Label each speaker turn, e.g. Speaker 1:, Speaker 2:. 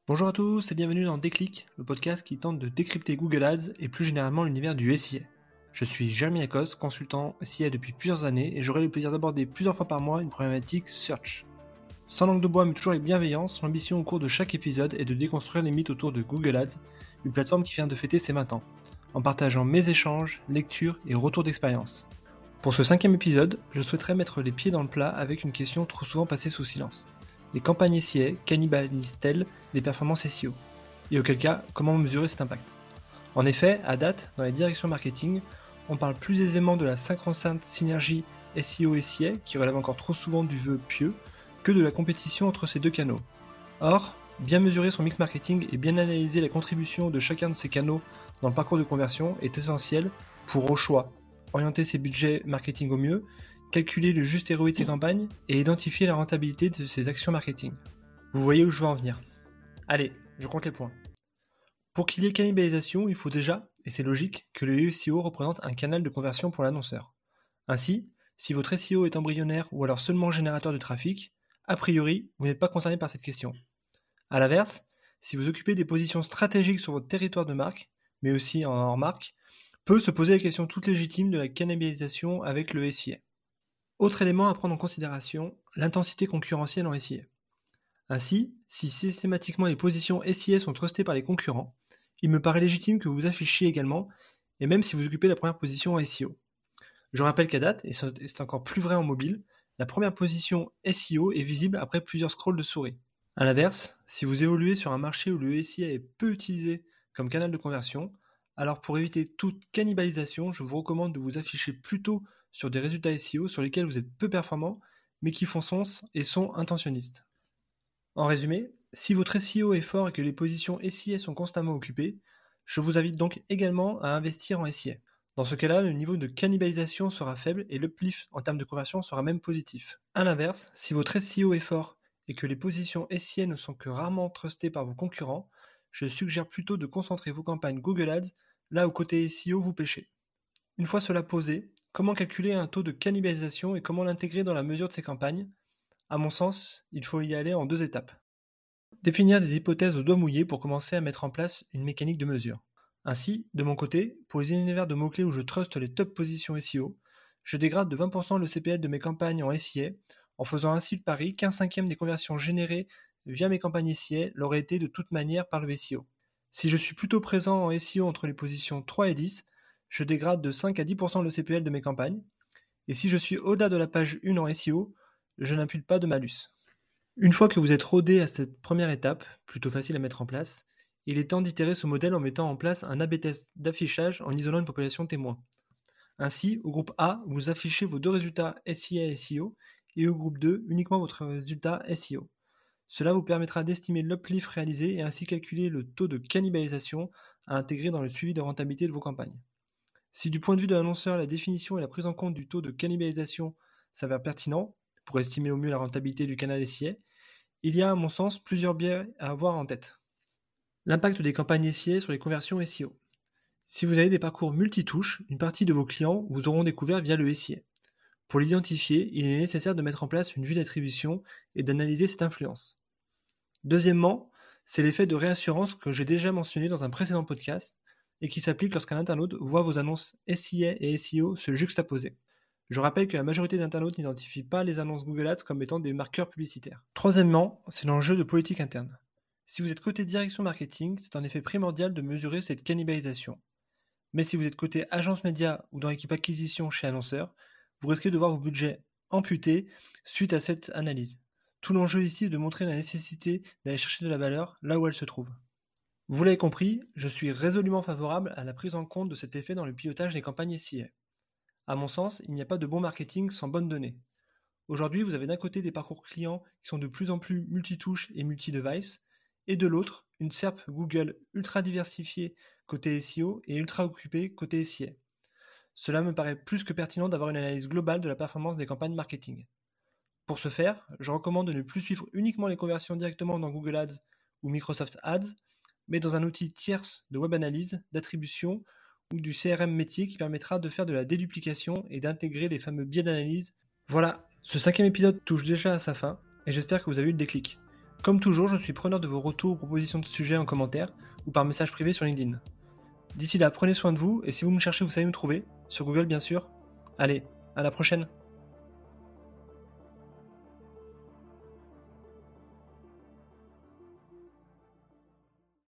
Speaker 1: Bonjour à tous et bienvenue dans Déclic, le podcast qui tente de décrypter Google Ads et plus généralement l'univers du SIA. Je suis Jérémy Lacoste, consultant SIA depuis plusieurs années et j'aurai le plaisir d'aborder plusieurs fois par mois une problématique search. Sans langue de bois mais toujours avec bienveillance, l'ambition au cours de chaque épisode est de déconstruire les mythes autour de Google Ads, une plateforme qui vient de fêter ses 20 ans, en partageant mes échanges, lectures et retours d'expérience. Pour ce 5e épisode, je souhaiterais mettre les pieds dans le plat avec une question trop souvent passée sous silence. Les campagnes SIA cannibalisent-elles les performances SEO? Et auquel cas, comment mesurer cet impact? En effet, à date, dans les directions marketing, on parle plus aisément de la synchro-sainte synergie SEO-SIA, qui relève encore trop souvent du vœu pieux, que de la compétition entre ces deux canaux. Or, bien mesurer son mix marketing et bien analyser la contribution de chacun de ces canaux dans le parcours de conversion est essentiel pour, au choix, orienter ses budgets marketing au mieux, calculer le juste ROI de ses campagnes et identifier la rentabilité de ses actions marketing. Vous voyez où je veux en venir. Allez, je compte les points. Pour qu'il y ait cannibalisation, il faut déjà, et c'est logique, que le SEO représente un canal de conversion pour l'annonceur. Ainsi, si votre SEO est embryonnaire ou alors seulement générateur de trafic, a priori, vous n'êtes pas concerné par cette question. A l'inverse, si vous occupez des positions stratégiques sur votre territoire de marque, mais aussi en hors marque, peut se poser la question toute légitime de la cannibalisation avec le SIA. Autre élément à prendre en considération, l'intensité concurrentielle en SIA. Ainsi, si systématiquement les positions SIA sont trustées par les concurrents, il me paraît légitime que vous affichiez également, et même si vous occupez la première position en SEO. Je rappelle qu'à date, et c'est encore plus vrai en mobile, la première position SEO est visible après plusieurs scrolls de souris. A l'inverse, si vous évoluez sur un marché où le SIA est peu utilisé comme canal de conversion, alors pour éviter toute cannibalisation, je vous recommande de vous afficher plutôt sur des résultats SEO sur lesquels vous êtes peu performants, mais qui font sens et sont intentionnistes. En résumé, si votre SEO est fort et que les positions SIA sont constamment occupées, je vous invite donc également à investir en SIA. Dans ce cas-là, le niveau de cannibalisation sera faible et l'uplift en termes de conversion sera même positif. A l'inverse, si votre SEO est fort et que les positions SIA ne sont que rarement trustées par vos concurrents, je suggère plutôt de concentrer vos campagnes Google Ads là où côté SEO vous pêchez. Une fois cela posé, comment calculer un taux de cannibalisation et comment l'intégrer dans la mesure de ces campagnes? À mon sens, il faut y aller en 2 étapes. Définir des hypothèses au doigt mouillé pour commencer à mettre en place une mécanique de mesure. Ainsi, de mon côté, pour les univers de mots-clés où je truste les top positions SEO, je dégrade de 20% le CPL de mes campagnes en SIA, en faisant ainsi le pari qu'un cinquième des conversions générées via mes campagnes SIA l'auraient été de toute manière par le SEO. Si je suis plutôt présent en SEO entre les positions 3 et 10, je dégrade de 5 à 10% le CPL de mes campagnes, et si je suis au-delà de la page 1 en SEO, je n'impute pas de malus. Une fois que vous êtes rodé à cette première étape, plutôt facile à mettre en place, il est temps d'itérer ce modèle en mettant en place un A/B test d'affichage en isolant une population témoin. Ainsi, au groupe A, vous affichez vos deux résultats SIA et SEO, et au groupe 2, uniquement votre résultat SEO. Cela vous permettra d'estimer l'uplift réalisé et ainsi calculer le taux de cannibalisation à intégrer dans le suivi de rentabilité de vos campagnes. Si du point de vue de l'annonceur, la définition et la prise en compte du taux de cannibalisation s'avèrent pertinents pour estimer au mieux la rentabilité du canal SIA, il y a à mon sens plusieurs biais à avoir en tête. L'impact des campagnes SIA sur les conversions SEO. Si vous avez des parcours multitouches, une partie de vos clients vous auront découvert via le SIA. Pour l'identifier, il est nécessaire de mettre en place une vue d'attribution et d'analyser cette influence. Deuxièmement, c'est l'effet de réassurance que j'ai déjà mentionné dans un précédent podcast et qui s'applique lorsqu'un internaute voit vos annonces SIA et SEO se juxtaposer. Je rappelle que la majorité d'internautes n'identifient pas les annonces Google Ads comme étant des marqueurs publicitaires. Troisièmement, c'est l'enjeu de politique interne. Si vous êtes côté direction marketing, c'est en effet primordial de mesurer cette cannibalisation. Mais si vous êtes côté agence média ou dans l'équipe acquisition chez annonceur, vous risquez de voir vos budgets amputés suite à cette analyse. Tout l'enjeu ici est de montrer la nécessité d'aller chercher de la valeur là où elle se trouve. Vous l'avez compris, je suis résolument favorable à la prise en compte de cet effet dans le pilotage des campagnes SIA. À mon sens, il n'y a pas de bon marketing sans bonnes données. Aujourd'hui, vous avez d'un côté des parcours clients qui sont de plus en plus multitouches et multi-device, et de l'autre, une SERP Google ultra diversifiée côté SEO et ultra occupée côté SIA. Cela me paraît plus que pertinent d'avoir une analyse globale de la performance des campagnes marketing. Pour ce faire, je recommande de ne plus suivre uniquement les conversions directement dans Google Ads ou Microsoft Ads, mais dans un outil tierce de web analyse, d'attribution ou du CRM métier qui permettra de faire de la déduplication et d'intégrer les fameux biais d'analyse. Voilà, ce 5e épisode touche déjà à sa fin et j'espère que vous avez eu le déclic. Comme toujours, je suis preneur de vos retours ou propositions de sujets en commentaire ou par message privé sur LinkedIn. D'ici là, prenez soin de vous et si vous me cherchez, vous savez me trouver, sur Google bien sûr. Allez, à la prochaine!